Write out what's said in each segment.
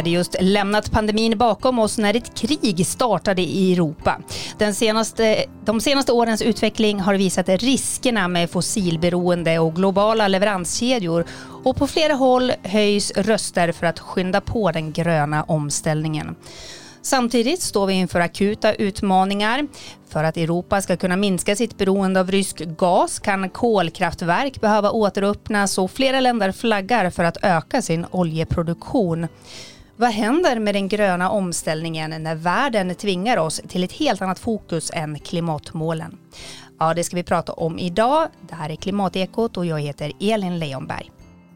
hade just lämnat pandemin bakom oss när ett krig startade i Europa. De senaste årens utveckling har visat riskerna med fossilberoende och globala leveranskedjor, och på flera håll höjs röster för att skynda på den gröna omställningen. Samtidigt står vi inför akuta utmaningar. För att Europa ska kunna minska sitt beroende av rysk gas kan kolkraftverk behöva återöppnas, och flera länder flaggar för att öka sin oljeproduktion. Vad händer med den gröna omställningen när världen tvingar oss till ett helt annat fokus än klimatmålen? Ja, det ska vi prata om idag. Det här är Klimatekot och jag heter Elin Leonberg.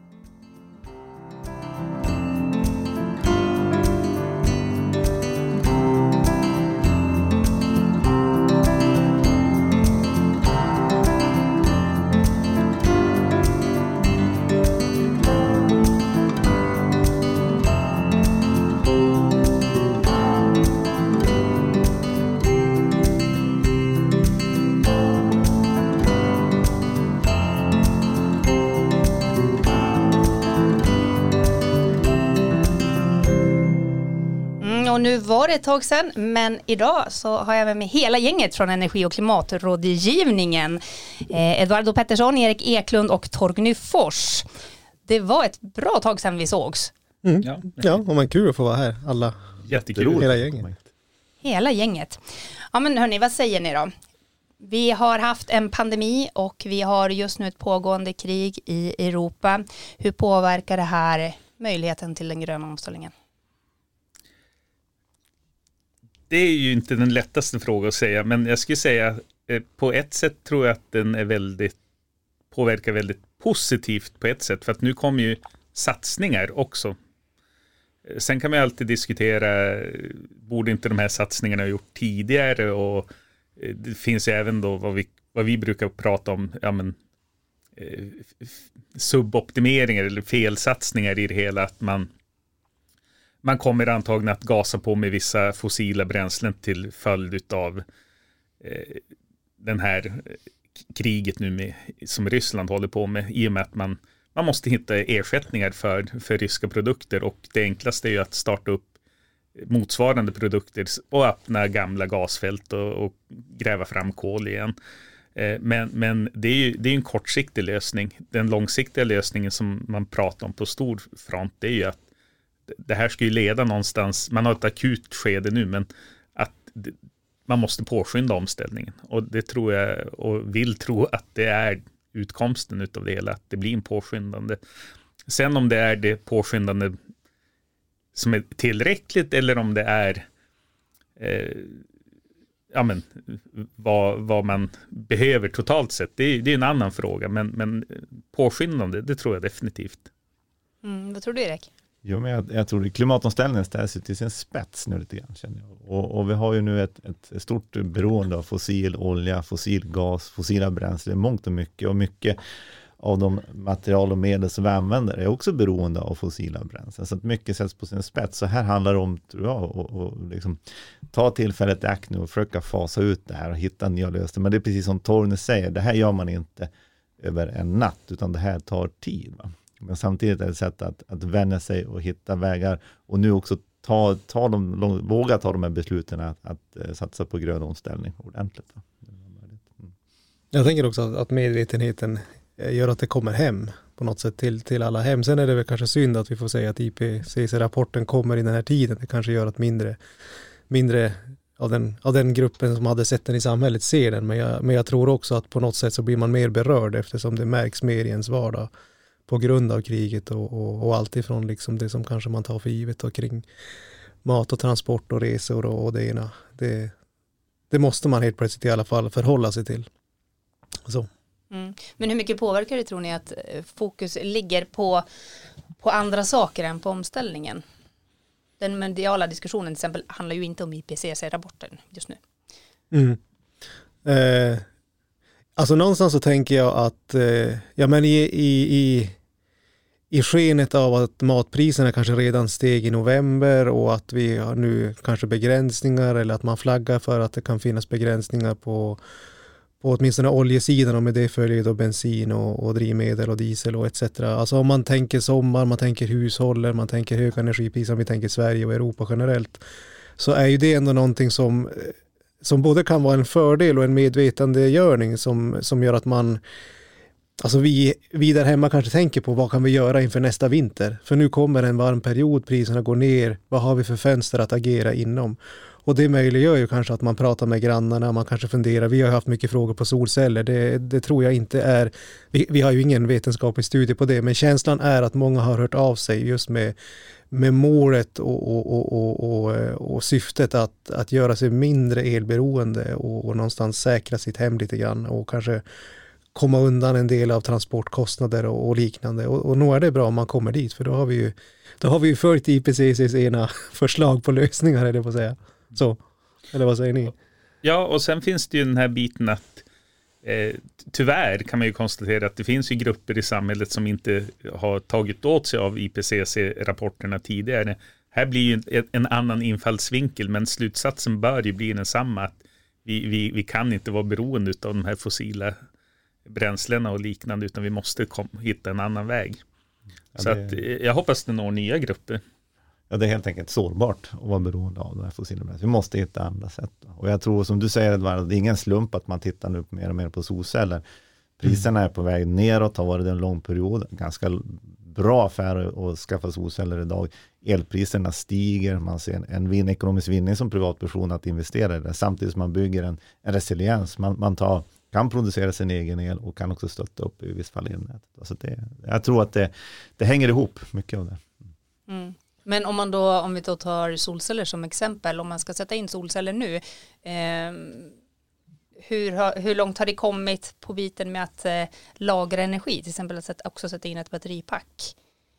Och nu var det ett tag sedan, men idag så har jag med hela gänget från Energi- och klimatrådgivningen. Eduardo Pettersson, Erik Eklund och Torgny Fors. Det var ett bra tag sedan vi sågs. Ja, och man kul att få vara här. Alla. Jättekul. Hela gänget. Hela gänget. Ja, men hörni, vad säger ni då? Vi har haft en pandemi och vi har just nu ett pågående krig i Europa. Hur påverkar det här möjligheten till den gröna omställningen? Det är ju inte den lättaste frågan att säga, men jag skulle säga på ett sätt tror jag att den är påverkar väldigt positivt på ett sätt, för att nu kommer ju satsningar också. Sen kan man alltid diskutera, borde inte de här satsningarna ha gjort tidigare, och det finns ju även då vad vi brukar prata om, suboptimeringar eller felsatsningar i det hela, att man kommer antagligen att gasa på med vissa fossila bränslen till följd av den här kriget nu som Ryssland håller på med, i och med att man måste hitta ersättningar för ryska produkter, och det enklaste är ju att starta upp motsvarande produkter och öppna gamla gasfält och gräva fram kol igen. Men det är ju en kortsiktig lösning. Den långsiktiga lösningen som man pratar om på stor front, det är ju att det här ska ju leda någonstans, man har ett akut skede nu, men att man måste påskynda omställningen, och det tror jag och vill tro att det är utkomsten utav det hela, att det blir en påskyndande. Sen om det är det påskyndande som är tillräckligt, eller om det är vad man behöver totalt sett, det är en annan fråga, men påskyndande, det tror jag definitivt. Vad tror du, Erik? Jo, men jag tror att klimatomställningen ställs till sin spets nu lite grann, känner jag. Och vi har ju nu ett stort beroende av fossil olja, fossil gas, fossila bränslen, mångt och mycket av de material och medel som vi använder är också beroende av fossila bränslen. Så att mycket sätts på sin spets. Så här handlar det om, tror jag, att liksom ta tillfället i akt nu och försöka fasa ut det här och hitta nya lösningar. Men det är precis som Torgny säger, det här gör man inte över en natt, utan det här tar tid, va? Men samtidigt är det ett sätt att vänja sig och hitta vägar, och nu också våga ta de här besluten att satsa på grön omställning ordentligt. Jag tänker också att medvetenheten gör att det kommer hem på något sätt till alla hem. Sen är det väl kanske synd att vi får säga att IPCC-rapporten kommer i den här tiden. Det kanske gör att mindre av den gruppen som hade sett den i samhället ser den. Men jag tror också att på något sätt så blir man mer berörd, eftersom det märks mer i ens vardag på grund av kriget och allt ifrån liksom det som kanske man tar för givet och kring mat och transport och resor och det ena. Det måste man helt plötsligt i alla fall förhålla sig till. Så. Men hur mycket påverkar det, tror ni, att fokus ligger på andra saker än på omställningen? Den mediala diskussionen till exempel handlar ju inte om IPCC-rapporten just nu. Alltså någonstans så tänker jag att i skenet av att matpriserna kanske redan steg i november, och att vi har nu kanske begränsningar, eller att man flaggar för att det kan finnas begränsningar på åtminstone oljesidan, och med det följer då bensin och drivmedel och diesel och etc. Alltså om man tänker sommar, man tänker hushåller, man tänker höga energipriser, om vi tänker Sverige och Europa generellt, så är ju det ändå någonting som både kan vara en fördel och en medvetandegörning som gör att man, alltså vi där hemma kanske tänker på vad kan vi göra inför nästa vinter, för nu kommer en varm period, priserna går ner, vad har vi för fönster att agera inom? Och det möjliggör ju kanske att man pratar med grannarna, man kanske funderar, vi har haft mycket frågor på solceller, det tror jag inte är, vi har ju ingen vetenskaplig studie på det, men känslan är att många har hört av sig just med målet och syftet att göra sig mindre elberoende och någonstans säkra sitt hem lite grann och kanske komma undan en del av transportkostnader och liknande. Och nog är det bra om man kommer dit, för då har vi ju följt IPCC:s ena förslag på lösningar, är det på att säga. Så, eller vad säger ni? Ja, och sen finns det ju den här biten att tyvärr kan man ju konstatera att det finns ju grupper i samhället som inte har tagit åt sig av IPCC-rapporterna tidigare. Här blir ju en annan infallsvinkel, men slutsatsen bör ju bli densamma, att vi kan inte vara beroende av de här fossila bränslena och liknande, utan vi måste hitta en annan väg. Ja, så att jag hoppas det når nya grupper. Ja, det är helt enkelt sårbart att vara beroende av de här fossila bränslen. Vi måste hitta andra sätt. Och jag tror, som du säger Edvard, det är ingen slump att man tittar nu mer och mer på solceller. Priserna är på väg neråt, har varit en lång period. Ganska bra affär att skaffa solceller idag. Elpriserna stiger, man ser en ekonomisk vinning som privatperson att investera i det. Samtidigt som man bygger en resiliens. Man kan producera sin egen el och kan också stötta upp i viss fall elnätet. Alltså jag tror att det hänger ihop mycket av det. Mm. Men om vi då tar solceller som exempel, om man ska sätta in solceller nu, hur långt har det kommit på biten med att lagra energi, till exempel att också sätta in ett batteripack?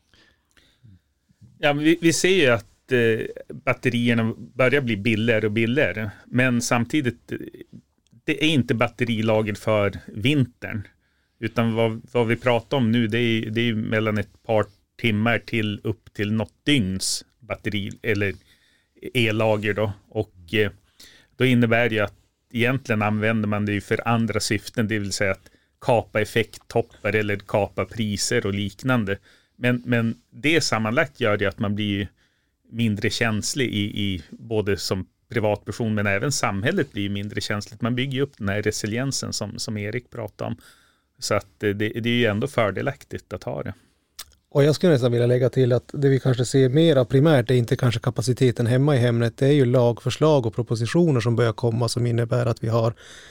Ja, vi ser ju att batterierna börjar bli billigare och billigare, men samtidigt det är inte batterilager för vintern, utan vad vi pratar om nu det är mellan ett par timmar till upp till något dygns batteri eller ellager då, och då innebär det att egentligen använder man det ju för andra syften, det vill säga att kapa effekttoppar eller kapa priser och liknande, men det sammanlagt gör det att man blir mindre känslig i både som privatperson, men även samhället blir mindre känsligt. Man bygger upp den här resiliensen som Erik pratade om, så att det är ju ändå fördelaktigt att ha det. Och jag skulle nästan vilja lägga till att det vi kanske ser mera primärt är inte kanske kapaciteten hemma i hemmet. Det är ju lagförslag och propositioner som börjar komma som innebär att vi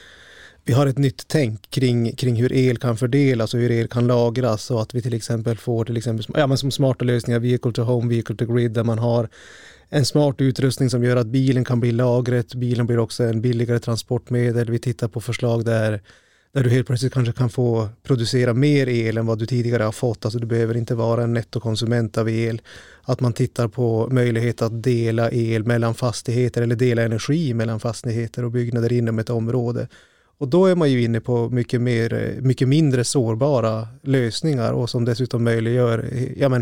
har ett nytt tänk kring hur el kan fördelas och hur el kan lagras, och att vi till exempel får som smarta lösningar, vehicle to home, vehicle to grid, där man har en smart utrustning som gör att bilen kan bli lagret. Bilen blir också en billigare transportmedel. Vi tittar på förslag där du helt plötsligt kanske kan få producera mer el än vad du tidigare har fått. Alltså du behöver inte vara en nettokonsument av el. Att man tittar på möjlighet att dela el mellan fastigheter eller dela energi mellan fastigheter och byggnader inom ett område. Och då är man ju inne på mycket mindre sårbara lösningar, och som dessutom möjliggör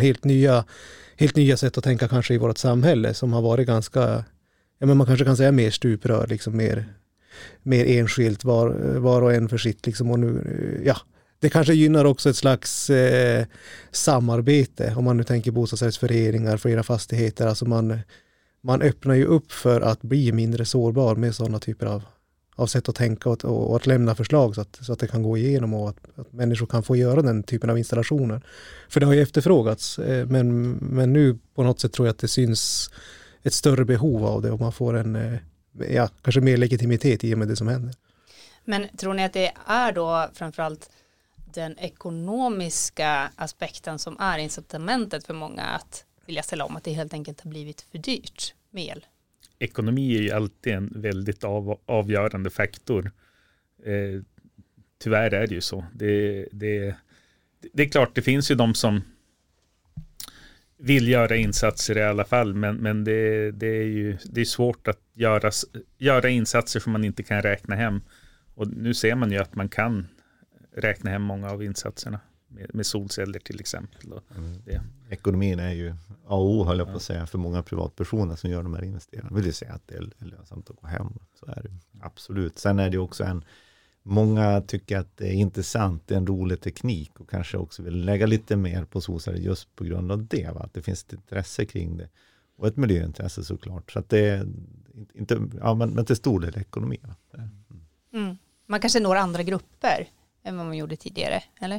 helt nya sätt att tänka kanske i vårt samhälle som har varit ganska, man kanske kan säga mer stuprör, liksom mer enskilt var och en för sitt liksom, och nu, det kanske gynnar också ett slags samarbete, om man nu tänker bostadsrättsföreningar, flera fastigheter, alltså man öppnar ju upp för att bli mindre sårbar med sådana typer av sätt att tänka och att lämna förslag så att det kan gå igenom, och att människor kan få göra den typen av installationer. För det har ju efterfrågats, men nu på något sätt tror jag att det syns ett större behov av det, och man får kanske mer legitimitet i och med det som händer. Men tror ni att det är då framförallt den ekonomiska aspekten som är incitamentet för många att vilja ställa om, att det helt enkelt har blivit för dyrt med el? Ekonomi är ju alltid en väldigt avgörande faktor. Tyvärr är det ju så. Det är klart, det finns ju de som vill göra insatser i alla fall, men det är svårt att göra insatser som man inte kan räkna hem. Och nu ser man ju att man kan räkna hem många av insatserna med solceller till exempel. Och det. Ekonomin är ju höll jag på att säga, för många privatpersoner som gör de här investeringarna. Vill ju säga att det är lönsamt att gå hem. Så är det absolut. Sen är det också många tycker att det är intressant, det är en rolig teknik och kanske också vill lägga lite mer på solceller just på grund av det. Va? Att det finns ett intresse kring det. Och ett miljöintresse såklart. Så att det är inte, men till stor del ekonomi. Man kanske når andra grupper än vad man gjorde tidigare, eller?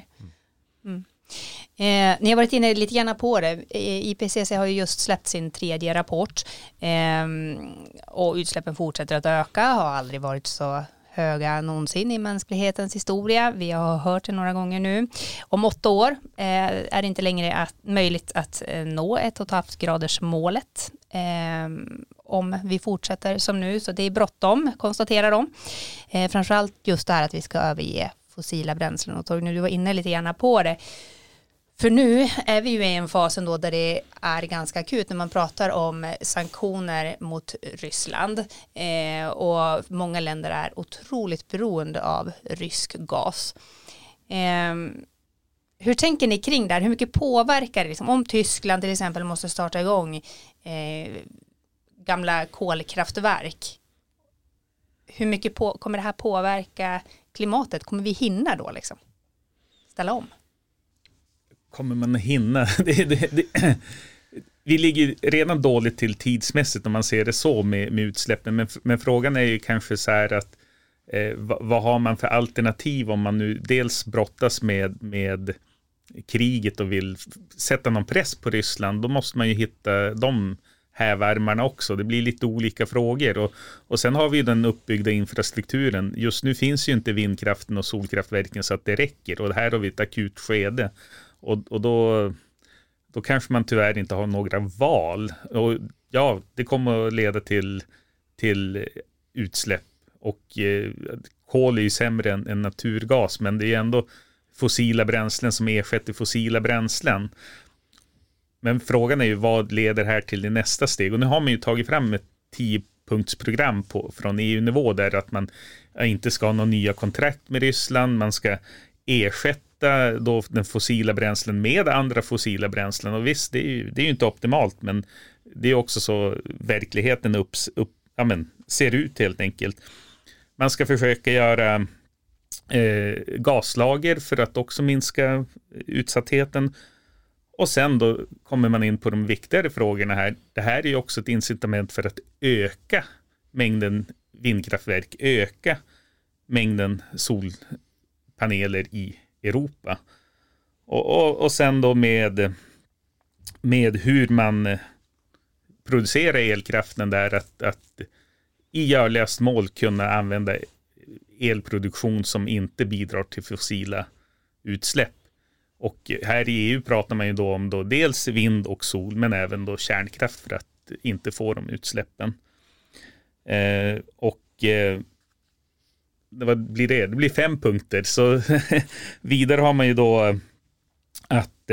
Ni har varit inne lite grann på det. IPCC har ju just släppt sin 3:e rapport och utsläppen fortsätter att öka, har aldrig varit så höga någonsin i mänsklighetens historia. Vi har hört det några gånger nu. Om 8 år är det inte längre möjligt att nå 1,5 graders målet om vi fortsätter som nu. Så det är bråttom, konstaterar de. Framförallt just det här att vi ska överge fossila bränslen. Och Torgny, du var inne lite grann på det. För nu är vi ju i en fas då där det är ganska akut när man pratar om sanktioner mot Ryssland. Och många länder är otroligt beroende av rysk gas. Hur tänker ni kring det här? Hur mycket påverkar det? Liksom, om Tyskland till exempel måste starta igång gamla kolkraftverk. Hur mycket kommer det här påverka klimatet? Kommer vi hinna då liksom ställa om? Kommer man hinna? Vi ligger redan dåligt till tidsmässigt om man ser det så med utsläppen. Men frågan är ju kanske så här att vad har man för alternativ om man nu dels brottas med kriget och vill sätta någon press på Ryssland. Då måste man ju hitta de hävärmarna också. Det blir lite olika frågor. Och sen har vi den uppbyggda infrastrukturen. Just nu finns ju inte vindkraften och solkraftverken så att det räcker. Och här har vi ett akut skede. Och då kanske man tyvärr inte har några val. Och ja, det kommer att leda till utsläpp. Och kol är ju sämre än naturgas. Men det är ändå fossila bränslen som ersätter fossila bränslen. Men frågan är ju vad leder här till det nästa steg. Och nu har man ju tagit fram ett 10-punktsprogram från EU-nivå där att man inte ska ha några nya kontrakt med Ryssland. Man ska ersätta då den fossila bränslen med andra fossila bränslen. Och visst, det är ju inte optimalt, men det är också så verkligheten ser ut helt enkelt. Man ska försöka göra gaslager för att också minska utsattheten. Och sen då kommer man in på de viktigare frågorna här. Det här är ju också ett incitament för att öka mängden vindkraftverk, öka mängden solpaneler i Europa. Och sen då med hur man producerar elkraften där att i görligast mål kunna använda elproduktion som inte bidrar till fossila utsläpp. Och här i EU pratar man ju då om dels vind och sol men även då kärnkraft för att inte få de utsläppen. Vad blir det? Det blir 5 punkter. Så vidare har man ju då att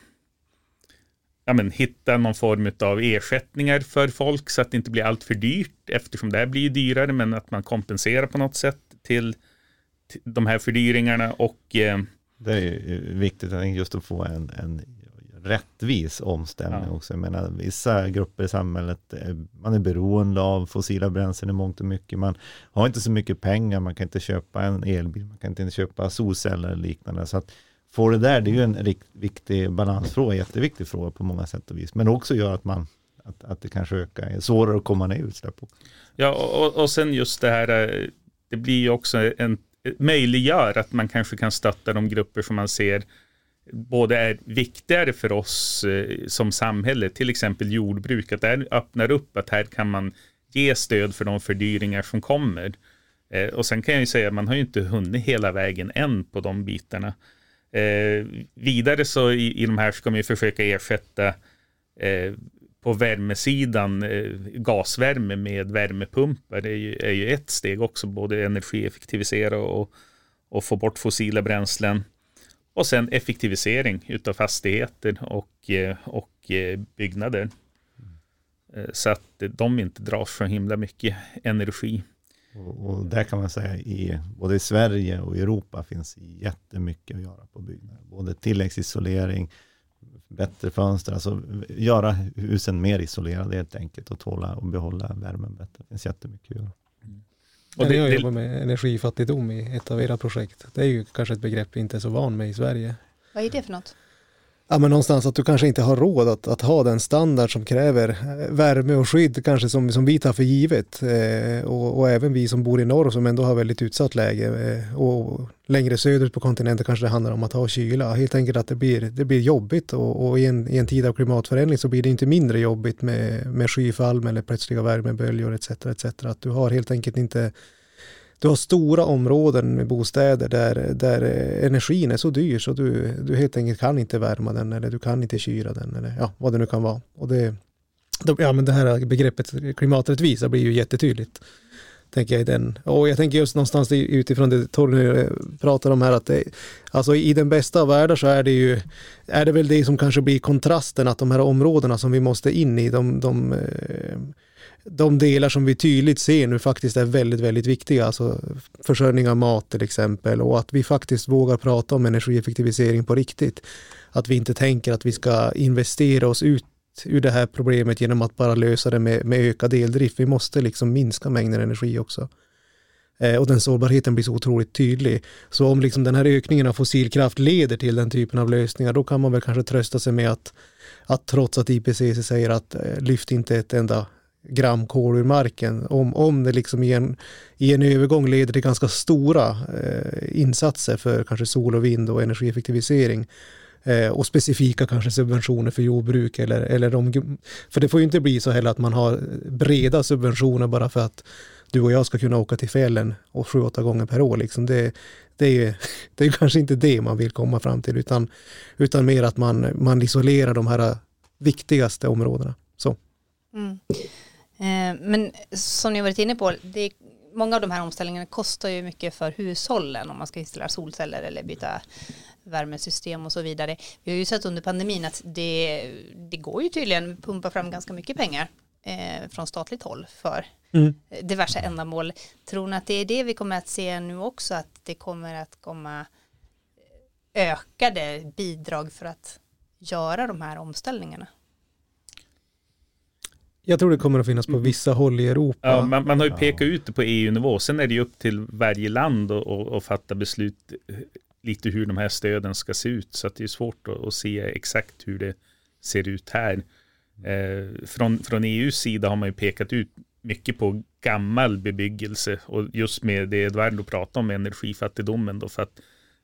hitta någon form av ersättningar för folk så att det inte blir allt för dyrt eftersom det här blir dyrare, men att man kompenserar på något sätt till de här fördyringarna. Och det är viktigt just att få en rättvis omställning också. Jag menar, vissa grupper i samhället, man är beroende av fossila bränslen i mångt och mycket. Man har inte så mycket pengar, man kan inte köpa en elbil, man kan inte köpa solceller eller liknande. Så att få det där, det är ju en viktig balansfråga, jätteviktig fråga på många sätt och vis. Men också gör att det kanske ökar, svårare att komma ner i utsläpp också. Ja, och sen just det här, det blir ju också möjliggör att man kanske kan stötta de grupper som man ser både är viktigare för oss som samhälle, till exempel jordbruk, att det öppnar upp att här kan man ge stöd för de fördyringar som kommer. Och sen kan jag ju säga att man har ju inte hunnit hela vägen än på de bitarna. Vidare så i de här ska man ju försöka ersätta på värmesidan gasvärme med värmepumpar. Det är ju ett steg också, både energieffektivisera och få bort fossila bränslen. Och sen effektivisering utav fastigheter och byggnader. Så att de inte drar så himla mycket energi. Och där kan man säga både i Sverige och Europa finns jättemycket att göra på byggnader. Både tilläggsisolering, bättre fönster, alltså göra husen mer isolerade helt enkelt och tåla och behålla värmen bättre. Det finns jättemycket att göra. Och jag jobbar med energifattigdom i ett av era projekt. Det är ju kanske ett begrepp vi inte är så van med i Sverige. Vad är det för något? Ja, men någonstans att du kanske inte har råd att ha den standard som kräver värme och skydd kanske som vi tar för givet. Och även vi som bor i norr som ändå har väldigt utsatt läge. Och längre söderut på kontinenten kanske det handlar om att ha kyla. Helt enkelt att det blir jobbigt och i en tid av klimatförändring så blir det inte mindre jobbigt med skyfall eller plötsliga värmeböljor etc. Att du har helt enkelt inte... Du har stora områden med bostäder där energin är så dyr så du helt enkelt kan inte värma den eller du kan inte kyla den eller ja, vad det nu kan vara. Och men det här begreppet klimaträttvisa blir ju jättetydligt. Tänker jag i den. Och jag tänker just någonstans utifrån det Torgny pratar om här att alltså i den bästa av världar så är det väl det som kanske blir kontrasten att de här områdena som vi måste in i de delar som vi tydligt ser nu faktiskt är väldigt, väldigt viktiga, alltså försörjning av mat till exempel och att vi faktiskt vågar prata om energieffektivisering på riktigt. Att vi inte tänker att vi ska investera oss ut ur det här problemet genom att bara lösa det med ökad eldrift. Vi måste liksom minska mängden energi också. Och den sårbarheten blir så otroligt tydlig. Så om liksom den här ökningen av fossilkraft leder till den typen av lösningar då kan man väl kanske trösta sig med att trots att IPCC säger att lyft inte ett enda gram kol ur marken. Om det liksom i en övergång leder till ganska stora insatser för kanske sol och vind och energieffektivisering och specifika kanske subventioner för jordbruk för det får ju inte bli så heller att man har breda subventioner bara för att du och jag ska kunna åka till fjällen och 7-8 gånger per år. Liksom det är kanske inte det man vill komma fram till utan mer att man isolerar de här viktigaste områdena. Så. Mm. Men som ni har varit inne på, många av de här omställningarna kostar ju mycket för hushållen om man ska installera solceller eller byta värmesystem och så vidare. Vi har ju sett under pandemin att det går ju tydligen att pumpa fram ganska mycket pengar från statligt håll för diverse ändamål. Tror ni att det är det vi kommer att se nu också, att det kommer att komma ökade bidrag för att göra de här omställningarna? Jag tror det kommer att finnas på vissa håll i Europa. Ja, man har ju pekat ut det på EU-nivå. Sen är det ju upp till varje land att fatta beslut lite hur de här stöden ska se ut. Så att det är svårt att se exakt hur det ser ut här. Från EUs sida har man ju pekat ut mycket på gammal bebyggelse. Och just med det Edvardo pratar om, energifattigdomen då, för att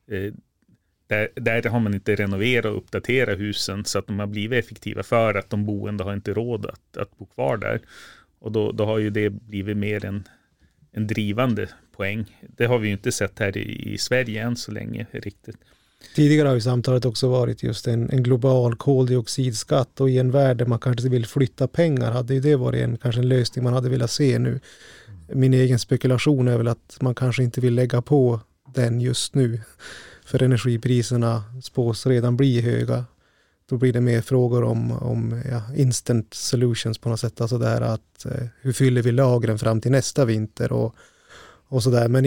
där har man inte renoverat och uppdaterat husen så att de har blivit effektiva för att de boende har inte råd att bo kvar där. Och då har ju det blivit mer en drivande poäng. Det har vi ju inte sett här i Sverige än så länge riktigt. Tidigare har ju samtalet också varit just en global koldioxidskatt och i en värld där man kanske vill flytta pengar hade ju det varit kanske en lösning man hade velat se nu. Min egen spekulation är väl att man kanske inte vill lägga på den just nu. För energipriserna spås redan bli höga. Då blir det mer frågor om instant solutions på något sätt. Alltså det här att hur fyller vi lagren fram till nästa vinter och sådär. Men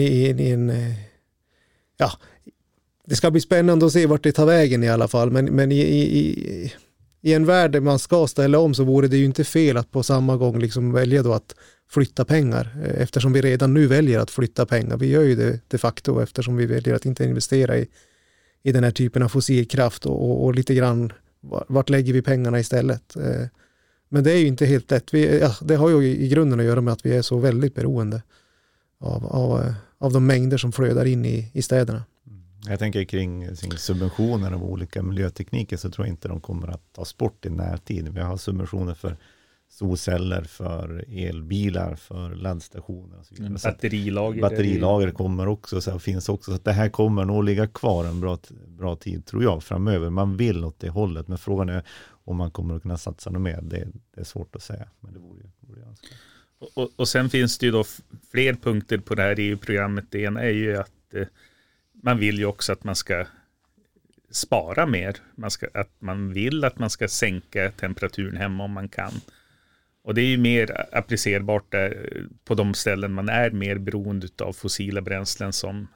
det ska bli spännande att se vart det tar vägen i alla fall. Men i en värld där man ska ställa om så vore det ju inte fel att på samma gång liksom välja då att flytta pengar, eftersom vi redan nu väljer att flytta pengar. Vi gör ju det de facto eftersom vi väljer att inte investera i den här typen av fossilkraft och lite grann vart lägger vi pengarna istället. Men det är ju inte helt lätt. Det har ju i grunden att göra med att vi är så väldigt beroende av de mängder som flödar in i städerna. Jag tänker kring subventioner av olika miljötekniker så tror jag inte de kommer att tas bort i närtid. Vi har subventioner för solceller, för elbilar, för laddstationer och så vidare. Batterilager kommer också, så finns också. Så att det här kommer nog ligga kvar en bra tid tror jag framöver. Man vill åt det hållet, men frågan är om man kommer att kunna satsa något mer. Det är svårt att säga, men det vore önskvärt. Och sen finns det ju då fler punkter på det här EU-programmet. Det ena är ju att man vill ju också att man ska spara mer. Man vill att man ska sänka temperaturen hemma om man kan. Och det är ju mer applicerbart där, på de ställen man är mer beroende av fossila bränslen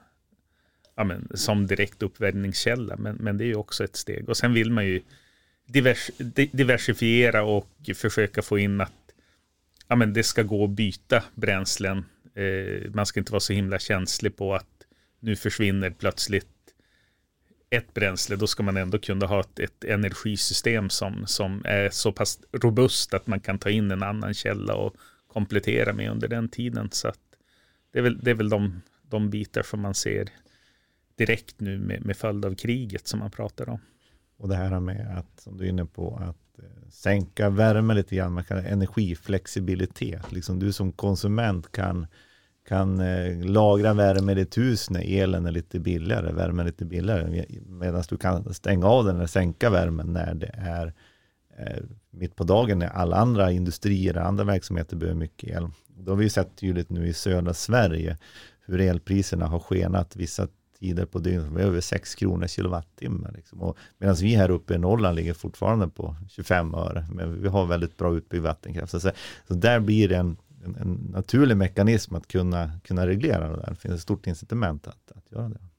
som direkt uppvärmningskälla. Men det är ju också ett steg. Och sen vill man ju diversifiera och försöka få in att det ska gå att byta bränslen Man ska inte vara så himla känslig på att nu försvinner plötsligt ett bränsle. Då ska man ändå kunna ha ett energisystem som är så pass robust att man kan ta in en annan källa och komplettera med under den tiden. Så att det är väl de bitar som man ser direkt nu med följd av kriget som man pratar om. Och det här med att, som du är inne på, att sänka värme lite grann, man kan energiflexibilitet. Liksom du som konsument kan lagra värme i ditt hus när elen är lite billigare, värmen är lite billigare, medan du kan stänga av den eller sänka värmen när det är mitt på dagen när alla andra industrier och andra verksamheter behöver mycket el. Då har vi sett tydligt nu i södra Sverige hur elpriserna har skenat vissa tider på dygnet med över 6 kronor kilowattimme. Liksom. Medan vi här uppe i Norrland ligger fortfarande på 25 öre. Men vi har väldigt bra utbyggd vattenkraft. Så där blir det en naturlig mekanism att kunna reglera det där. Det finns ett stort incitament att göra det.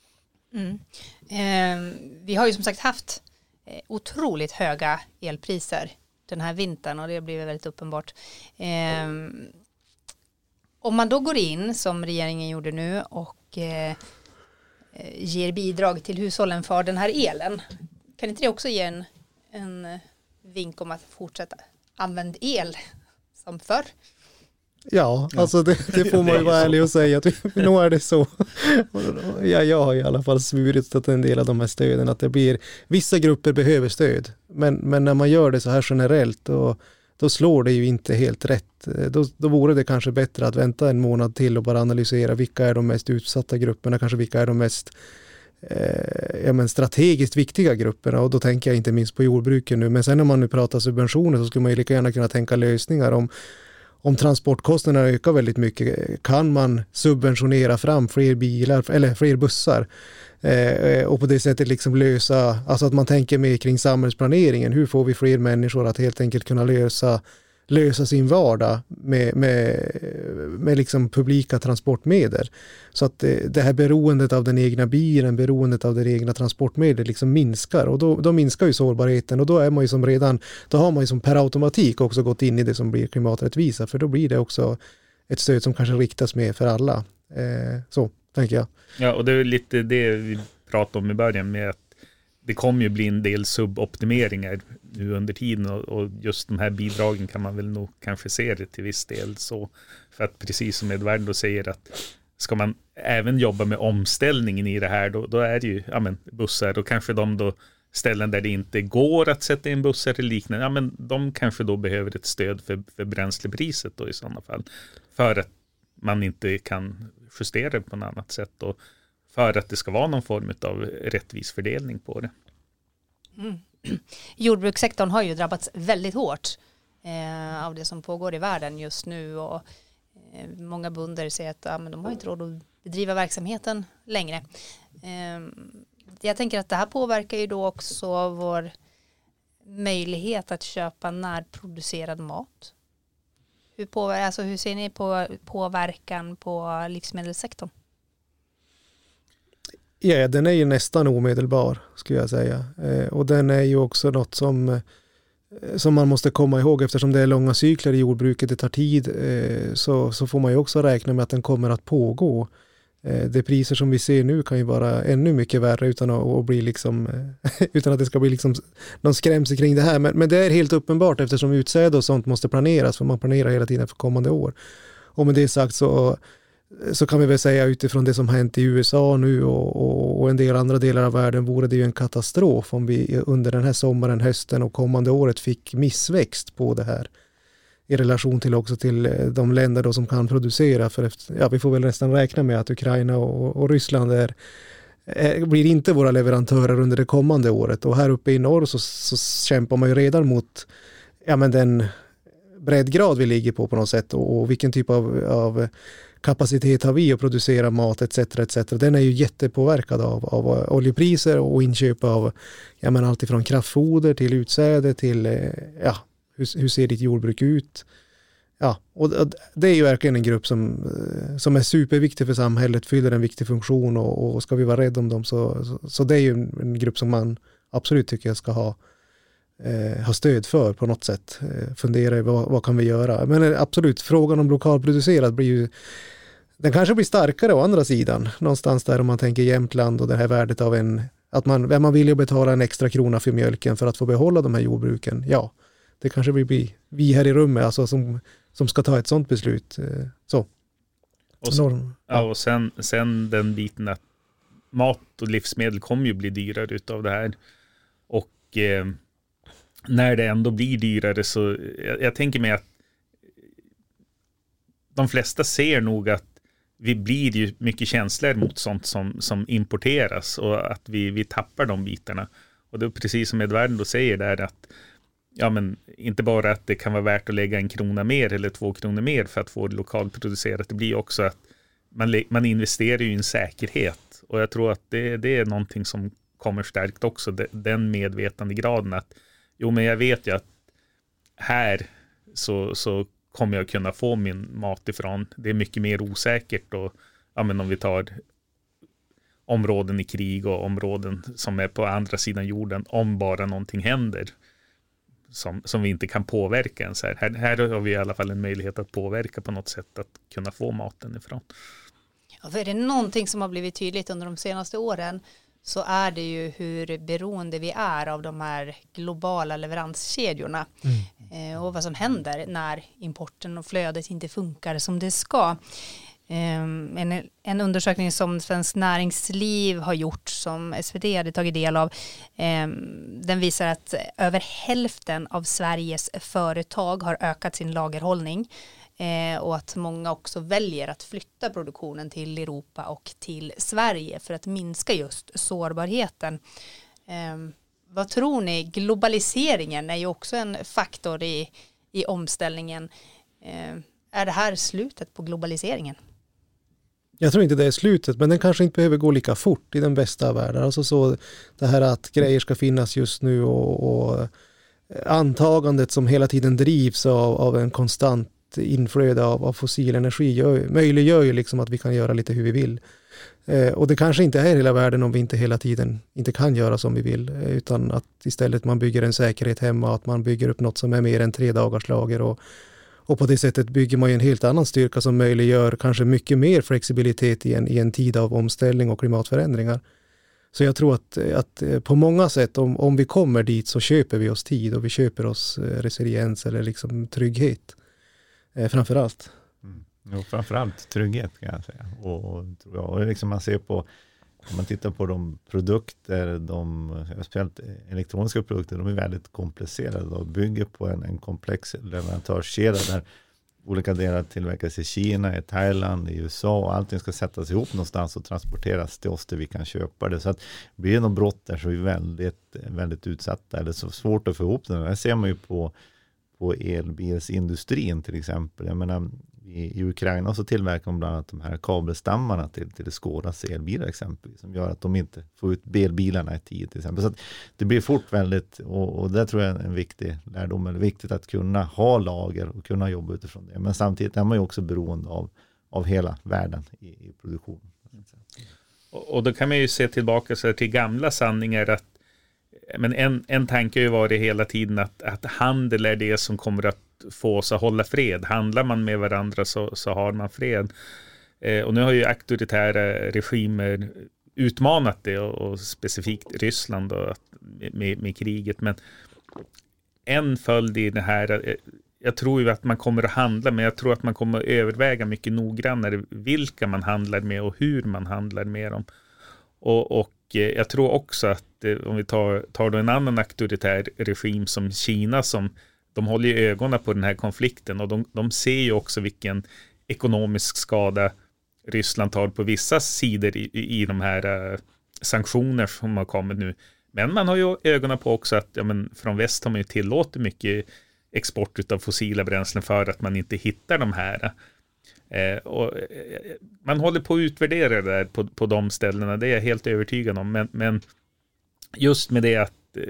Vi har ju som sagt haft otroligt höga elpriser den här vintern och det blir väldigt uppenbart. Om man då går in som regeringen gjorde nu och ger bidrag till hushållen för den här elen, kan inte det också ge en vink om att fortsätta använda el som förr? Ja, alltså det får man ju vara ärlig och säga att nu är det så. Jag har i alla fall svurit att en del av de här stöden att det blir, vissa grupper behöver stöd, men när man gör det så här generellt då slår det ju inte helt rätt. Då vore det kanske bättre att vänta en månad till och bara analysera vilka är de mest utsatta grupperna, kanske vilka är de mest strategiskt viktiga grupperna, och då tänker jag inte minst på jordbruken nu. Men sen när man nu pratar subventioner så skulle man ju lika gärna kunna tänka lösningar om transportkostnaderna ökar väldigt mycket, kan man subventionera fram fler bilar eller fler bussar och på det sättet liksom lösa, alltså att man tänker mer kring samhällsplaneringen. Hur får vi fler människor att helt enkelt kunna lösa sin vardag med liksom publika transportmedel. Så att det här beroendet av den egna bilen, beroendet av det egna transportmedel liksom minskar, och då minskar ju sårbarheten, och då är man ju då har man ju som per automatik också gått in i det som blir klimaträttvisa, för då blir det också ett stöd som kanske riktas med för alla. Så tänker jag. Ja, och det är lite det vi pratade om i början med att det kommer ju bli en del suboptimeringar nu under tiden, och just de här bidragen kan man väl nog kanske se det till viss del så. För att precis som Edvardo säger, att ska man även jobba med omställningen i det här, då är det ju bussar, och kanske de ställen där det inte går att sätta in bussar eller liknande, de kanske då behöver ett stöd för bränslepriset då i sådana fall. För att man inte kan justera det på något annat sätt, och för att det ska vara någon form av rättvis fördelning på det. Jordbrukssektorn har ju drabbats väldigt hårt av det som pågår i världen just nu, och många bönder säger att de har inte råd att bedriva verksamheten längre. Jag tänker att det här påverkar ju då också vår möjlighet att köpa närproducerad mat. Hur ser ni på påverkan på livsmedelssektorn? Ja, den är ju nästan omedelbar skulle jag säga. Och den är ju också något som man måste komma ihåg, eftersom det är långa cykler i jordbruket, det tar tid, så får man ju också räkna med att den kommer att pågå. De priser som vi ser nu kan ju vara ännu mycket värre utan att bli liksom, utan att det ska bli liksom någon skrämsel kring det här. Men det är helt uppenbart, eftersom utsäde och sånt måste planeras, för man planerar hela tiden för kommande år. Och med det sagt så kan vi väl säga, utifrån det som hänt i USA nu och en del andra delar av världen, vore det ju en katastrof om vi under den här sommaren, hösten och kommande året fick missväxt på det här. I relation till också till de länder då som kan producera, för vi får väl nästan räkna med att Ukraina och Ryssland blir inte våra leverantörer under det kommande året. Och här uppe i norr så kämpar man ju redan mot den breddgrad vi ligger på något sätt, och vilken typ av kapacitet har vi att producera mat etc. Den är ju jättepåverkad av oljepriser och inköp av allt ifrån kraftfoder till utsäde till hur ser ditt jordbruk ut? Ja, och det är ju verkligen en grupp som är superviktig för samhället, fyller en viktig funktion, och ska vi vara rädda om dem så det är ju en grupp som man absolut tycker jag ska ha ha stöd för på något sätt. Fundera över vad kan vi göra. Men absolut, frågan om lokalproducerat blir ju, den kanske blir starkare å andra sidan. Någonstans där om man tänker Jämtland och det här värdet av vem man vill ju betala en extra krona för mjölken för att få behålla de här jordbruken. Ja, det kanske blir vi här i rummet alltså, som ska ta ett sådant beslut. Så. Och sen den biten att mat och livsmedel kommer ju bli dyrare utav det här. Och när det ändå blir dyrare så jag tänker mig att de flesta ser nog att vi blir ju mycket känsligare mot sånt som importeras och att vi tappar de bitarna. Och det är precis som Edvard då säger där att ja, men inte bara att det kan vara värt att lägga 1 krona mer eller 2 kronor mer för att få det lokalproducerat. Det blir också att man investerar ju i en säkerhet. Och jag tror att det är någonting som kommer stärkt också. Den medvetandegraden att jo, men jag vet ju att här så kommer jag kunna få min mat ifrån. Det är mycket mer osäkert. Och ja, men om vi tar områden i krig och områden som är på andra sidan jorden, om bara någonting händer som vi inte kan påverka ens här har vi i alla fall en möjlighet att påverka på något sätt att kunna få maten ifrån. Ja, för är det någonting som har blivit tydligt under de senaste åren så är det ju hur beroende vi är av de här globala leveranskedjorna och vad som händer när importen och flödet inte funkar som det ska. En undersökning som Svenskt Näringsliv har gjort, som SVT hade tagit del av, den visar att över hälften av Sveriges företag har ökat sin lagerhållning och att många också väljer att flytta produktionen till Europa och till Sverige för att minska just sårbarheten. Vad tror ni? Globaliseringen är ju också en faktor i omställningen. Är det här slutet på globaliseringen? Jag tror inte det är slutet, men den kanske inte behöver gå lika fort i den bästa av världar. Alltså så det här att grejer ska finnas just nu och antagandet som hela tiden drivs av en konstant inflöde av fossil energi möjliggör ju liksom att vi kan göra lite hur vi vill. Och det kanske inte är hela världen om vi inte hela tiden inte kan göra som vi vill, utan att istället man bygger en säkerhet hemma och att man bygger upp något som är mer än 3 dagars lager och på det sättet bygger man ju en helt annan styrka som möjliggör kanske mycket mer flexibilitet i en tid av omställning och klimatförändringar. Så jag tror att på många sätt om vi kommer dit så köper vi oss tid och vi köper oss resiliens eller liksom trygghet framförallt. Jo, framförallt trygghet kan jag säga. Och tror jag, liksom man ser på, om man tittar på de produkter, speciellt elektroniska produkter, de är väldigt komplicerade och bygger på en komplex leverantörskedja där olika delar tillverkas i Kina, i Thailand, i USA och allting ska sättas ihop någonstans och transporteras till oss där vi kan köpa det. Så att blir det något brott där så är vi väldigt, väldigt utsatta eller så svårt att få ihop det. Det ser man ju på elbilsindustrin till exempel. Jag menar, i Ukraina så tillverkar de bland annat de här kabelstammarna till Skodas elbilar exempelvis, som gör att de inte får ut elbilarna i tid till exempel. Så att det blir fort väldigt, och det tror jag är en viktig lärdom, eller viktigt att kunna ha lager och kunna jobba utifrån det. Men samtidigt är man ju också beroende av hela världen i produktionen. Och då kan man ju se tillbaka så till gamla sanningar att men en tanke har ju varit hela tiden att handel är det som kommer att få oss att hålla fred. Handlar man med varandra så har man fred. Och nu har ju auktoritära regimer utmanat det och specifikt Ryssland och med kriget. Men en följd i det här, jag tror ju att man kommer att handla, men jag tror att man kommer att överväga mycket noggrannare vilka man handlar med och hur man handlar med dem. Och jag tror också att om vi tar då en annan auktoritär regim som Kina, som de håller ju ögonen på den här konflikten och de ser ju också vilken ekonomisk skada Ryssland tar på vissa sidor i de här sanktioner som har kommit nu. Men man har ju ögonen på också att från väst har man ju tillåtit mycket export av fossila bränslen för att man inte hittar de här. Och man håller på att utvärdera det där på de ställena, det är jag helt övertygad om. Men just med det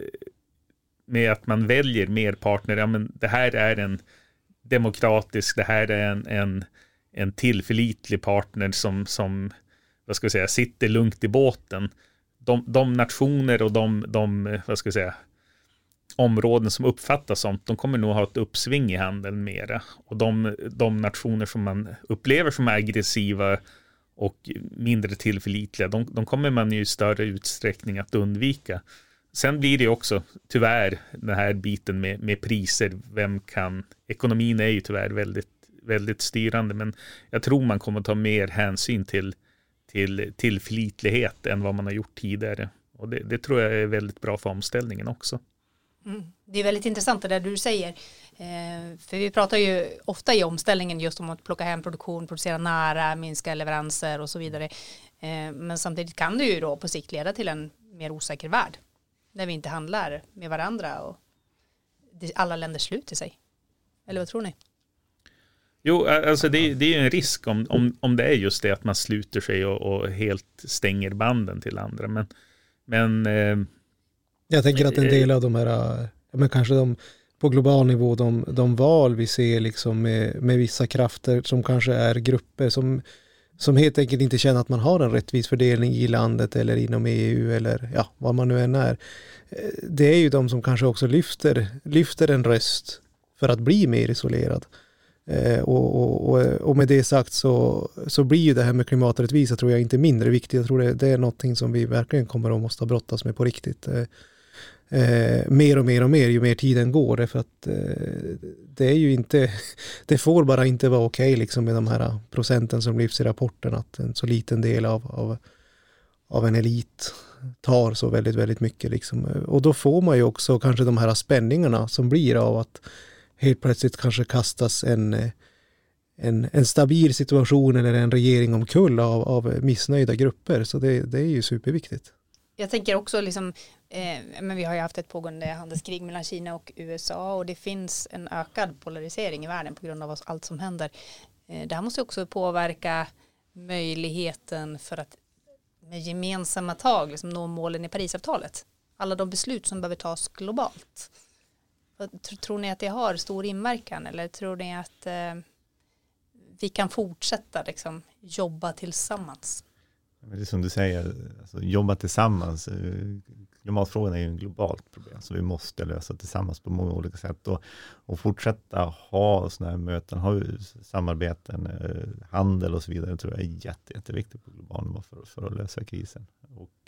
att man väljer mer partner, det här är en demokratisk, det här är en tillförlitlig partner som vad ska jag säga, sitter lugnt i båten. De nationer och de vad ska jag säga, områden som uppfattas sånt, de kommer nog ha ett uppsving i handeln mera. Och de nationer som man upplever som aggressiva och mindre tillförlitliga, de kommer man ju i större utsträckning att undvika. Sen blir det också tyvärr den här biten med priser. Ekonomin är ju tyvärr väldigt, väldigt styrande, men jag tror man kommer ta mer hänsyn till tillförlitlighet än vad man har gjort tidigare. Och det tror jag är väldigt bra för omställningen också. Det är väldigt intressant det där du säger. För vi pratar ju ofta i omställningen just om att plocka hem produktion, producera nära, minska leveranser och så vidare. Men samtidigt kan det ju då på sikt leda till en mer osäker värld. Där vi inte handlar med varandra och alla länder sluter sig. Eller vad tror ni? Jo, alltså det är ju en risk om det är just det att man sluter sig och helt stänger banden till andra. Men jag tänker att en del av de här, men kanske på global nivå, de val vi ser liksom med vissa krafter som kanske är grupper som helt enkelt inte känner att man har en rättvis fördelning i landet eller inom EU eller ja, vad man nu än är. Det är ju de som kanske också lyfter en röst för att bli mer isolerad. Och med det sagt så blir ju det här med klimaträttvisa tror jag inte mindre viktigt. Jag tror det är någonting som vi verkligen kommer att måste brottas med på riktigt. Mer och mer och mer ju mer tiden går, därför att det är ju inte, det får bara inte vara okej liksom med de här procenten som lyfts i rapporten, att en så liten del av en elit tar så väldigt, väldigt mycket liksom. Och då får man ju också kanske de här spänningarna som blir av att helt plötsligt kanske kastas en stabil situation eller en regering omkull av missnöjda grupper. Så det är ju superviktigt. Jag tänker också liksom, men vi har ju haft ett pågående handelskrig mellan Kina och USA och det finns en ökad polarisering i världen på grund av allt som händer. Det här måste också påverka möjligheten för att med gemensamma tag liksom nå målen i Parisavtalet. Alla de beslut som behöver tas globalt. Tror ni att det har stor inverkan eller tror ni att vi kan fortsätta liksom, jobba tillsammans? Det är som du säger, alltså, jobba tillsammans. Klimatfrågan är ju en globalt problem så vi måste lösa tillsammans på många olika sätt och fortsätta ha sådana här möten, ha samarbeten, handel och så vidare tror jag är jätteviktigt på global nivå för att lösa krisen. Och,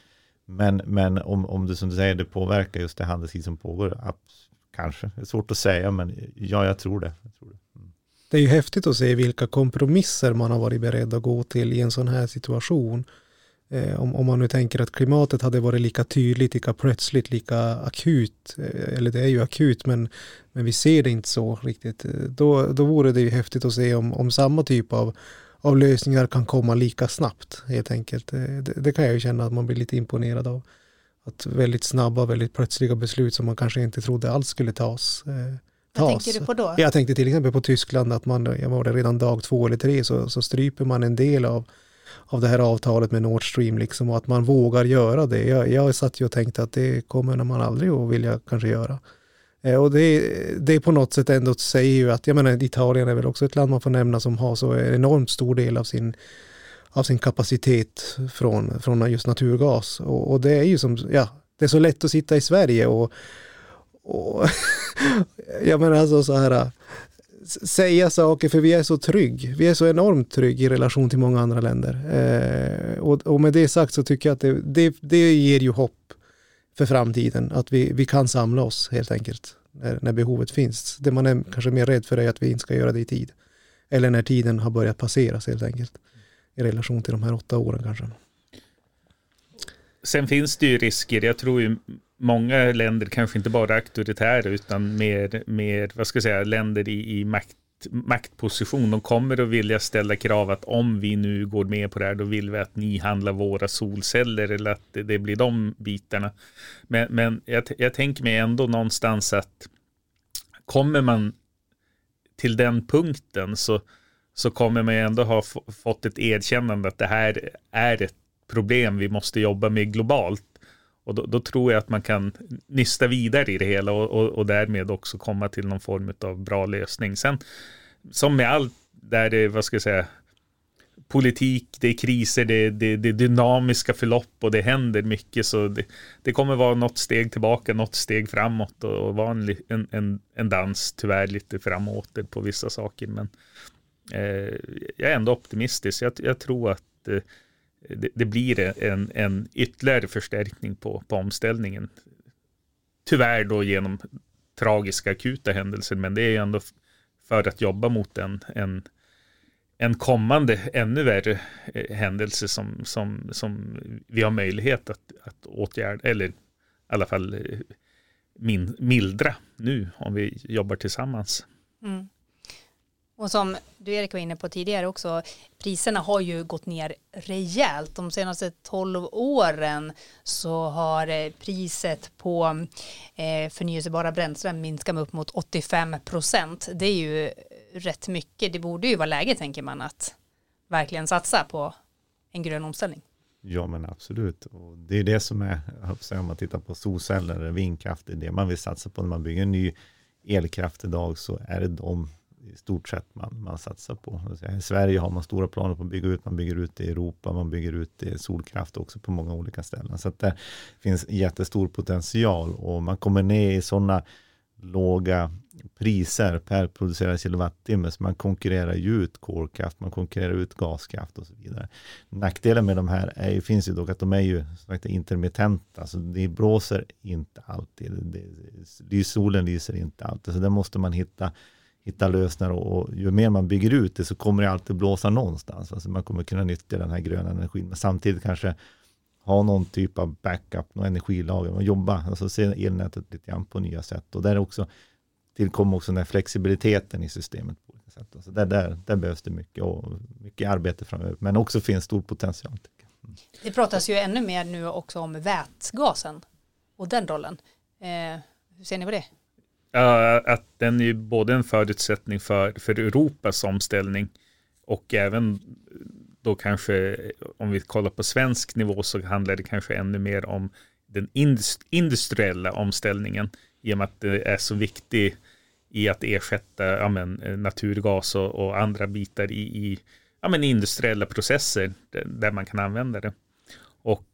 men om du som du säger det påverkar just det handelskrig som pågår, kanske. Det är svårt att säga men ja, jag tror det. Det är ju häftigt att se vilka kompromisser man har varit beredd att gå till i en sån här situation. Om man nu tänker att klimatet hade varit lika tydligt, lika plötsligt, lika akut, eller det är ju akut men vi ser det inte så riktigt. Då vore det ju häftigt att se om samma typ av lösningar kan komma lika snabbt helt enkelt. Det kan jag ju känna att man blir lite imponerad av. Att väldigt snabba, väldigt plötsliga beslut som man kanske inte trodde alls skulle tas. Vad tänker du på då? Jag tänkte till exempel på Tyskland att jag var det redan dag 2 eller 3 så stryper man en del av det här avtalet med Nord Stream liksom, och att man vågar göra det. Jag satt ju och tänkte att det kommer man aldrig att vilja kanske göra. Och det på något sätt ändå säger ju att, jag menar Italien är väl också ett land man får nämna som har så enormt stor del av sin kapacitet från just naturgas. Och det är ju som, ja, det är så lätt att sitta i Sverige och jag menar alltså så här säga saker för vi är så trygg. Vi är så enormt trygg i relation till många andra länder. Och med det sagt så tycker jag att det ger ju hopp för framtiden. Att vi kan samla oss helt enkelt när behovet finns. Det man är kanske mer rädd för är att vi inte ska göra det i tid. Eller när tiden har börjat passeras helt enkelt. I relation till de här 8 åren kanske. Sen finns det ju risker. Jag tror ju många länder, kanske inte bara auktoritära utan mer vad ska jag säga, länder i maktposition. De kommer att vilja ställa krav att om vi nu går med på det här, då vill vi att ni handlar våra solceller eller att det blir de bitarna. Men jag tänker mig ändå någonstans att kommer man till den punkten så kommer man ändå ha fått ett erkännande att det här är ett problem vi måste jobba med globalt. Och då tror jag att man kan nysta vidare i det hela och därmed också komma till någon form av bra lösning. Sen, som med allt där det, vad ska jag säga, politik, det är kriser, det är dynamiska förlopp och det händer mycket, så det kommer vara något steg tillbaka, något steg framåt och vara en dans tyvärr lite framåt på vissa saker, men jag är ändå optimistisk. Jag tror att det blir en ytterligare förstärkning på omställningen. Tyvärr då genom tragiska akuta händelser, men det är ju ändå för att jobba mot en kommande ännu värre händelse som vi har möjlighet att åtgärda, eller i alla fall mildra nu om vi jobbar tillsammans. Mm. Och som du Erik var inne på tidigare också, priserna har ju gått ner rejält. De senaste 12 åren så har priset på förnyelsebara bränslen minskat med upp mot 85%. Det är ju rätt mycket. Det borde ju vara läge, tänker man, att verkligen satsa på en grön omställning. Ja, men absolut. Och det är det som är, om man tittar på solceller eller vindkraft, det är det man vill satsa på när man bygger en ny elkraft idag, så är det de i stort sett man satsar på. I Sverige har man stora planer på att bygga ut. Man bygger ut i Europa, man bygger ut solkraft också på många olika ställen. Så att det finns jättestor potential, och man kommer ner i sådana låga priser per producerad kilowattimme, så man konkurrerar ju ut kolkraft, man konkurrerar ut gaskraft och så vidare. Nackdelen med de här finns ju dock att de är ju intermittenta, alltså det blåser inte alltid, solen lyser inte alltid, så där måste man hitta lösningar, och ju mer man bygger ut det så kommer det alltid blåsa någonstans. Alltså man kommer kunna nyttja den här gröna energin, men samtidigt kanske ha någon typ av backup, någon energilager och jobba, alltså se elnätet lite grann på nya sätt. Och där också tillkommer också den här flexibiliteten i systemet på olika sätt. Alltså där behövs det mycket, och mycket arbete framöver, men också finns stor potential. Det pratas ju ännu mer nu också om vätgasen och den rollen. Hur ser ni på det? Att den är ju både en förutsättning för Europas omställning, och även då kanske, om vi kollar på svensk nivå, så handlar det kanske ännu mer om den industriella omställningen, i och med att det är så viktigt i att ersätta naturgas och andra bitar i industriella processer där man kan använda det. Och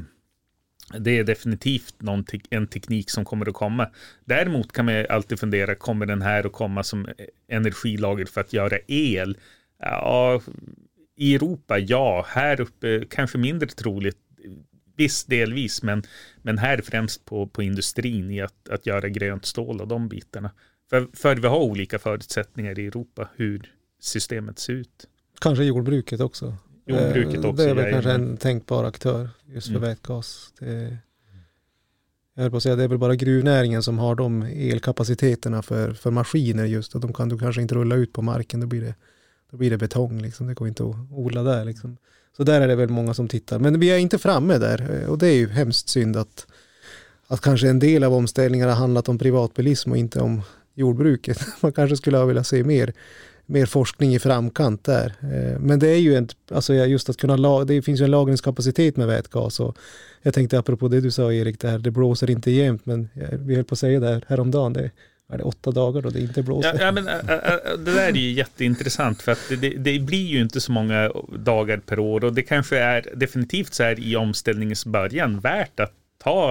det är definitivt en teknik som kommer att komma. Däremot kan man alltid fundera, kommer den här att komma som energilager för att göra el? Ja, i Europa, ja. Här uppe kanske mindre troligt. Visst, delvis, men här främst på industrin i att göra grönt stål och de bitarna. För vi har olika förutsättningar i Europa hur systemet ser ut. Kanske jordbruket också. Jordbruket också. Det är väl kanske en tänkbar aktör just för vätgas. Jag höll på att säga, det är väl bara gruvnäringen som har de elkapaciteterna för maskiner just, och de kan du kanske inte rulla ut på marken, då blir det betong liksom. Det går inte att odla där liksom. Så där är det väl många som tittar, men vi är inte framme där, och det är ju hemskt synd att kanske en del av omställningarna har handlat om privatbilism och inte om jordbruket. Man kanske skulle ha velat se mer forskning i framkant där. Men det är ju just att kunna det finns ju en lagringskapacitet med vätgas, och jag tänkte apropå det du sa Erik, det blåser inte jämt, men vi höll på att säga det häromdagen, det är 8 dagar då det inte blåser. Ja, men det där är ju jätteintressant, för att det blir ju inte så många dagar per år, och det kanske är definitivt så här i omställningens början värt att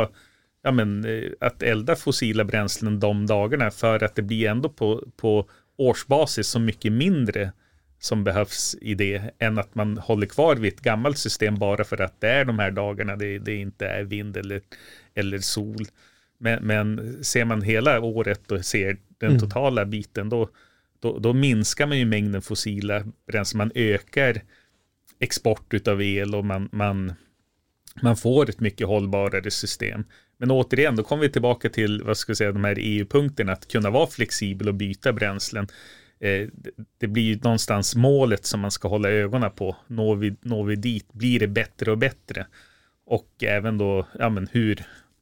att elda fossila bränslen de dagarna, för att det blir ändå på årsbasis så mycket mindre som behövs i det, än att man håller kvar vid ett gammalt system bara för att det är de här dagarna det inte är vind eller sol. Men ser man hela året och ser den totala biten, då minskar man ju mängden fossila bränslen. Man ökar export av el, och man får ett mycket hållbarare system. Men återigen, då kommer vi tillbaka till de här EU-punkterna, att kunna vara flexibel och byta bränslen. Det blir ju någonstans målet som man ska hålla ögonen på. Når vi dit, blir det bättre och bättre. Och även då, hur,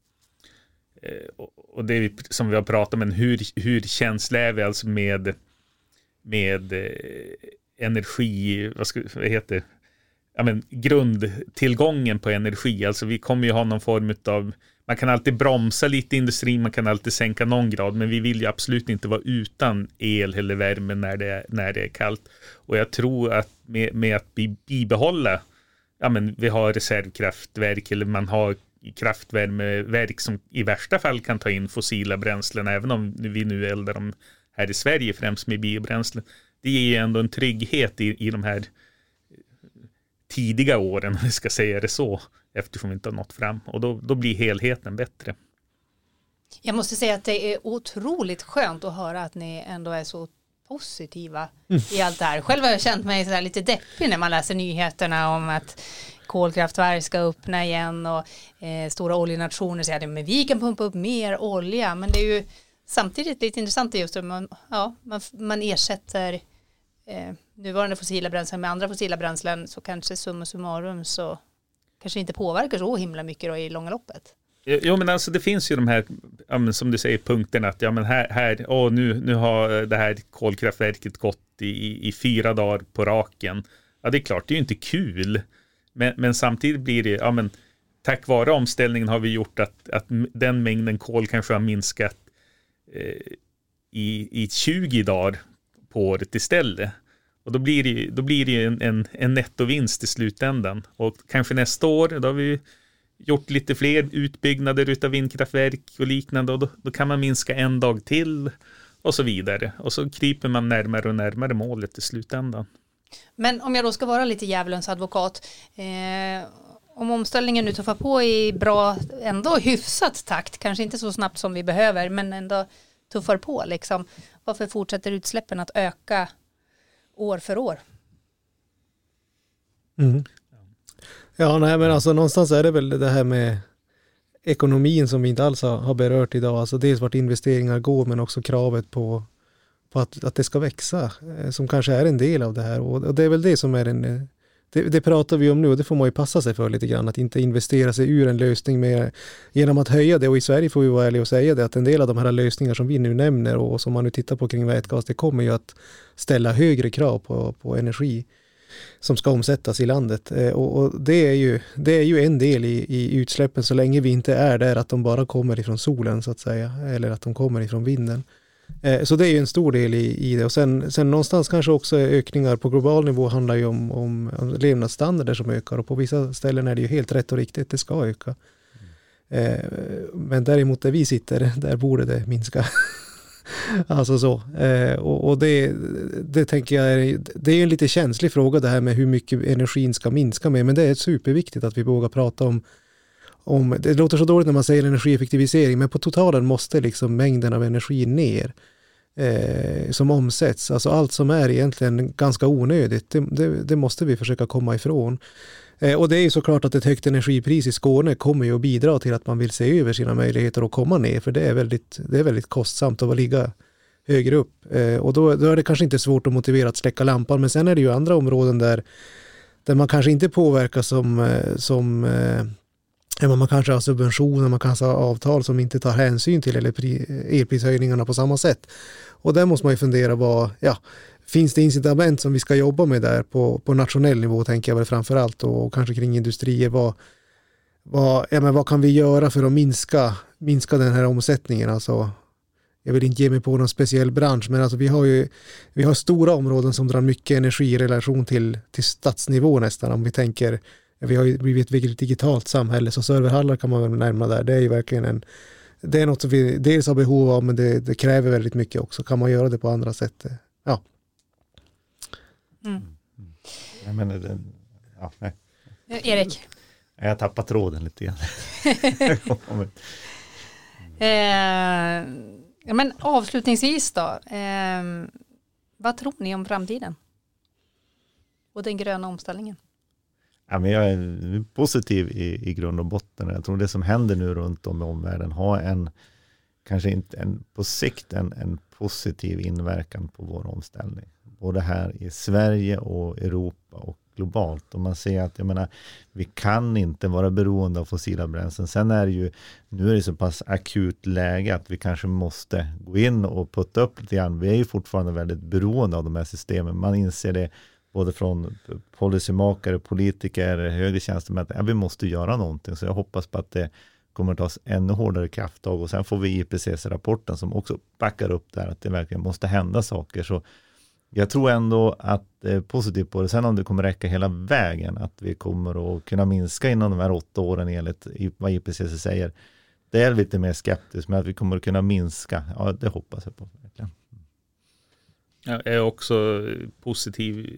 och det som vi har pratat om, men hur känsliga är vi alltså med energi, grundtillgången på energi. Alltså vi kommer ju ha någon form av, man kan alltid bromsa lite industrin, man kan alltid sänka någon grad, men vi vill ju absolut inte vara utan el eller värme när det är kallt. Och jag tror att med att bibehålla, vi har reservkraftverk eller man har kraftvärmeverk som i värsta fall kan ta in fossila bränslen, även om vi nu eldar dem här i Sverige främst med biobränslen. Det ger ändå en trygghet i de här tidiga åren, om vi ska säga det så, eftersom vi inte har nått fram. Och då blir helheten bättre. Jag måste säga att det är otroligt skönt att höra att ni ändå är så positiva i allt det här. Själv har jag känt mig så där lite deppig när man läser nyheterna om att kolkraftverk ska öppna igen och stora oljenationer säger att men vi kan pumpa upp mer olja. Men det är ju samtidigt lite intressant just att man ersätter nuvarande fossila bränslen med andra fossila bränslen, så kanske summa summarum så kanske inte påverkar så himla mycket då i långa loppet. Jo, men alltså det finns ju de här, som du säger, punkterna att nu har det här kolkraftverket gått i 4 dagar på raken. Ja, det är klart, det är ju inte kul. Men samtidigt blir det, tack vare omställningen har vi gjort att den mängden kol kanske har minskat i 20 dagar på året istället. Och då blir det en nettovinst i slutändan. Och kanske nästa år, då har vi gjort lite fler utbyggnader utav vindkraftverk och liknande, och då kan man minska en dag till och så vidare. Och så kryper man närmare och närmare målet i slutändan. Men om jag då ska vara lite djävulens advokat, om omställningen nu tuffar på i bra, ändå hyfsat takt, kanske inte så snabbt som vi behöver, men ändå tuffar på liksom. Varför fortsätter utsläppen att öka år för år? Mm. Ja, nej, men alltså någonstans är det väl det här med ekonomin som vi inte alls har berört idag. Alltså dels vart investeringar går, men också kravet på att det ska växa, som kanske är en del av det här. Och det är väl det som är det pratar vi om nu, och det får man ju passa sig för lite grann, att inte investera sig ur en lösning genom att höja det. Och i Sverige får vi vara ärliga och säga det, att en del av de här lösningar som vi nu nämner och som man nu tittar på kring vätgas, det kommer ju att ställa högre krav på energi som ska omsättas i landet. Och det är ju en del i utsläppen, så länge vi inte är där att de bara kommer ifrån solen så att säga, eller att de kommer ifrån vinden. Så det är ju en stor del i det. Och sen någonstans kanske också ökningar på global nivå handlar ju om levnadsstandarder som ökar, och på vissa ställen är det ju helt rätt och riktigt, det ska öka. Men däremot där vi sitter, där borde det minska. Alltså så. Och det tänker jag det är en lite känslig fråga, det här med hur mycket energin ska minska med, men det är superviktigt att vi vågar prata om det låter så dåligt när man säger energieffektivisering, men på totalen måste liksom mängden av energi ner som omsätts. Alltså allt som är egentligen ganska onödigt, det måste vi försöka komma ifrån. Och det är ju såklart att ett högt energipris i Skåne kommer ju att bidra till att man vill se över sina möjligheter att komma ner, för det är väldigt kostsamt att ligga högre upp. Och då är det kanske inte svårt att motivera att släcka lampan, men sen är det ju andra områden där man kanske inte påverkas som man kanske har subventioner, man kanske har avtal som inte tar hänsyn till elprishöjningarna på samma sätt. Och där måste man ju fundera finns det incitament som vi ska jobba med där på nationell nivå, tänker jag väl framförallt, och kanske kring industrier. Vad kan vi göra för att minska den här omsättningen? Alltså, jag vill inte ge mig på någon speciell bransch, men alltså vi har stora områden som drar mycket energi i relation till stadsnivå nästan. Om vi tänker, vi har ju blivit ett väldigt digitalt samhälle, så serverhallar kan man väl nämna där. Det är ju verkligen det är något som vi dels har behov av, men det kräver väldigt mycket också. Kan man göra det på andra sätt? Ja. Nej. Erik? Jag tappar tråden lite grann. Men avslutningsvis då, vad tror ni om framtiden och den gröna omställningen? Ja, men jag är positiv i grund och botten. Jag tror det som händer nu runt om i omvärlden har kanske inte på sikt en positiv inverkan på vår omställning. Både här i Sverige och Europa och globalt. Och man ser att vi kan inte vara beroende av fossila bränslen. Sen nu är det så pass akut läge att vi kanske måste gå in och putta upp lite grann. Vi är ju fortfarande väldigt beroende av de här systemen. Man inser det både från policymakare, politiker, högre tjänstemän, att vi måste göra någonting. Så jag hoppas på att det kommer att tas ännu hårdare krafttag, och sen får vi IPCC-rapporten som också backar upp där att det verkligen måste hända saker. Så jag tror ändå att det är positivt på det. Sen om det kommer räcka hela vägen, att vi kommer att kunna minska inom de här 8 åren enligt vad IPCC säger. Det är lite mer skeptiskt, men att vi kommer att kunna minska, ja, det hoppas jag på verkligen. Jag är också positiv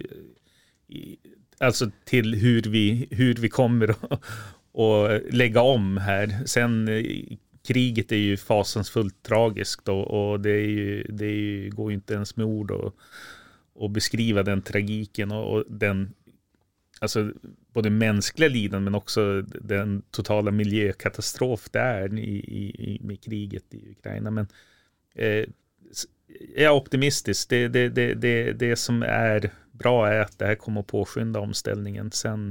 alltså till hur vi kommer att lägga om här. Sen kriget är ju fasansfullt tragiskt, och det går ju inte ens med ord att beskriva den tragiken och den, alltså både mänskliga lidande men också den totala miljökatastrof det är med kriget i Ukraina. Men jag är optimistisk. Det som är bra är att det här kommer att påskynda omställningen.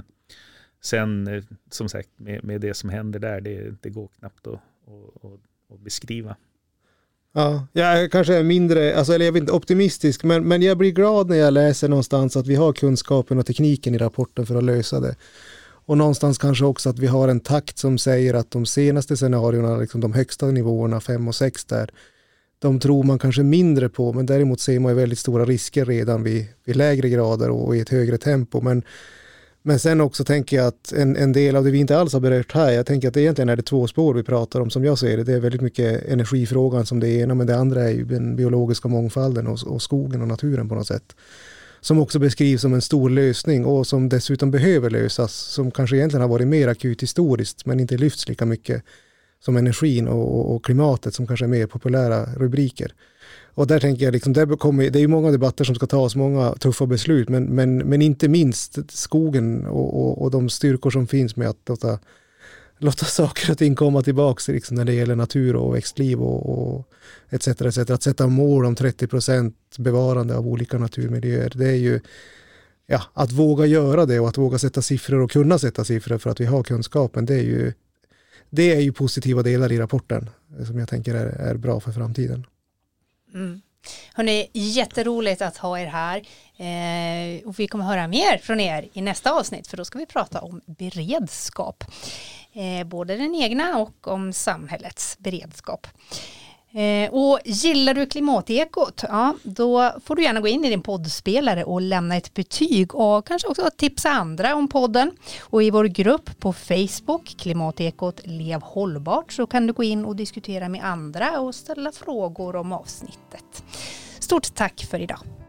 Sen som sagt, med det som händer där, det går knappt att beskriva. Ja, jag kanske är mindre, alltså, eller jag är inte optimistisk, men jag blir glad när jag läser någonstans att vi har kunskapen och tekniken i rapporten för att lösa det. Och någonstans kanske också att vi har en takt som säger att de senaste scenarierna, liksom de högsta nivåerna 5 och 6 där, de tror man kanske mindre på, men däremot ser man ju väldigt stora risker redan vid lägre grader och i ett högre tempo. Men sen också tänker jag att en del av det vi inte alls har berört här, jag tänker att det egentligen är det 2 spår vi pratar om som jag ser det. Det är väldigt mycket energifrågan som det ena, men det andra är ju den biologiska mångfalden och skogen och naturen på något sätt. Som också beskrivs som en stor lösning och som dessutom behöver lösas, som kanske egentligen har varit mer akut historiskt men inte lyfts lika mycket som energin och klimatet som kanske är mer populära rubriker. Och där tänker jag liksom, det är ju många debatter som ska tas, många tuffa beslut, men inte minst skogen och de styrkor som finns med att låta saker och ting komma tillbaka liksom, när det gäller natur och växtliv och etc. Att sätta mål om 30% bevarande av olika naturmiljöer, det är ju att våga göra det och att våga sätta siffror och kunna sätta siffror för att vi har kunskapen, det är ju positiva delar i rapporten som jag tänker är bra för framtiden. Mm. Hörrni, jätteroligt att ha er här, och vi kommer höra mer från er i nästa avsnitt, för då ska vi prata om beredskap, både den egna och om samhällets beredskap. Och gillar du Klimatekot, då får du gärna gå in i din poddspelare och lämna ett betyg och kanske också tipsa andra om podden. Och i vår grupp på Facebook, Klimatekot Lev hållbart, så kan du gå in och diskutera med andra och ställa frågor om avsnittet. Stort tack för idag.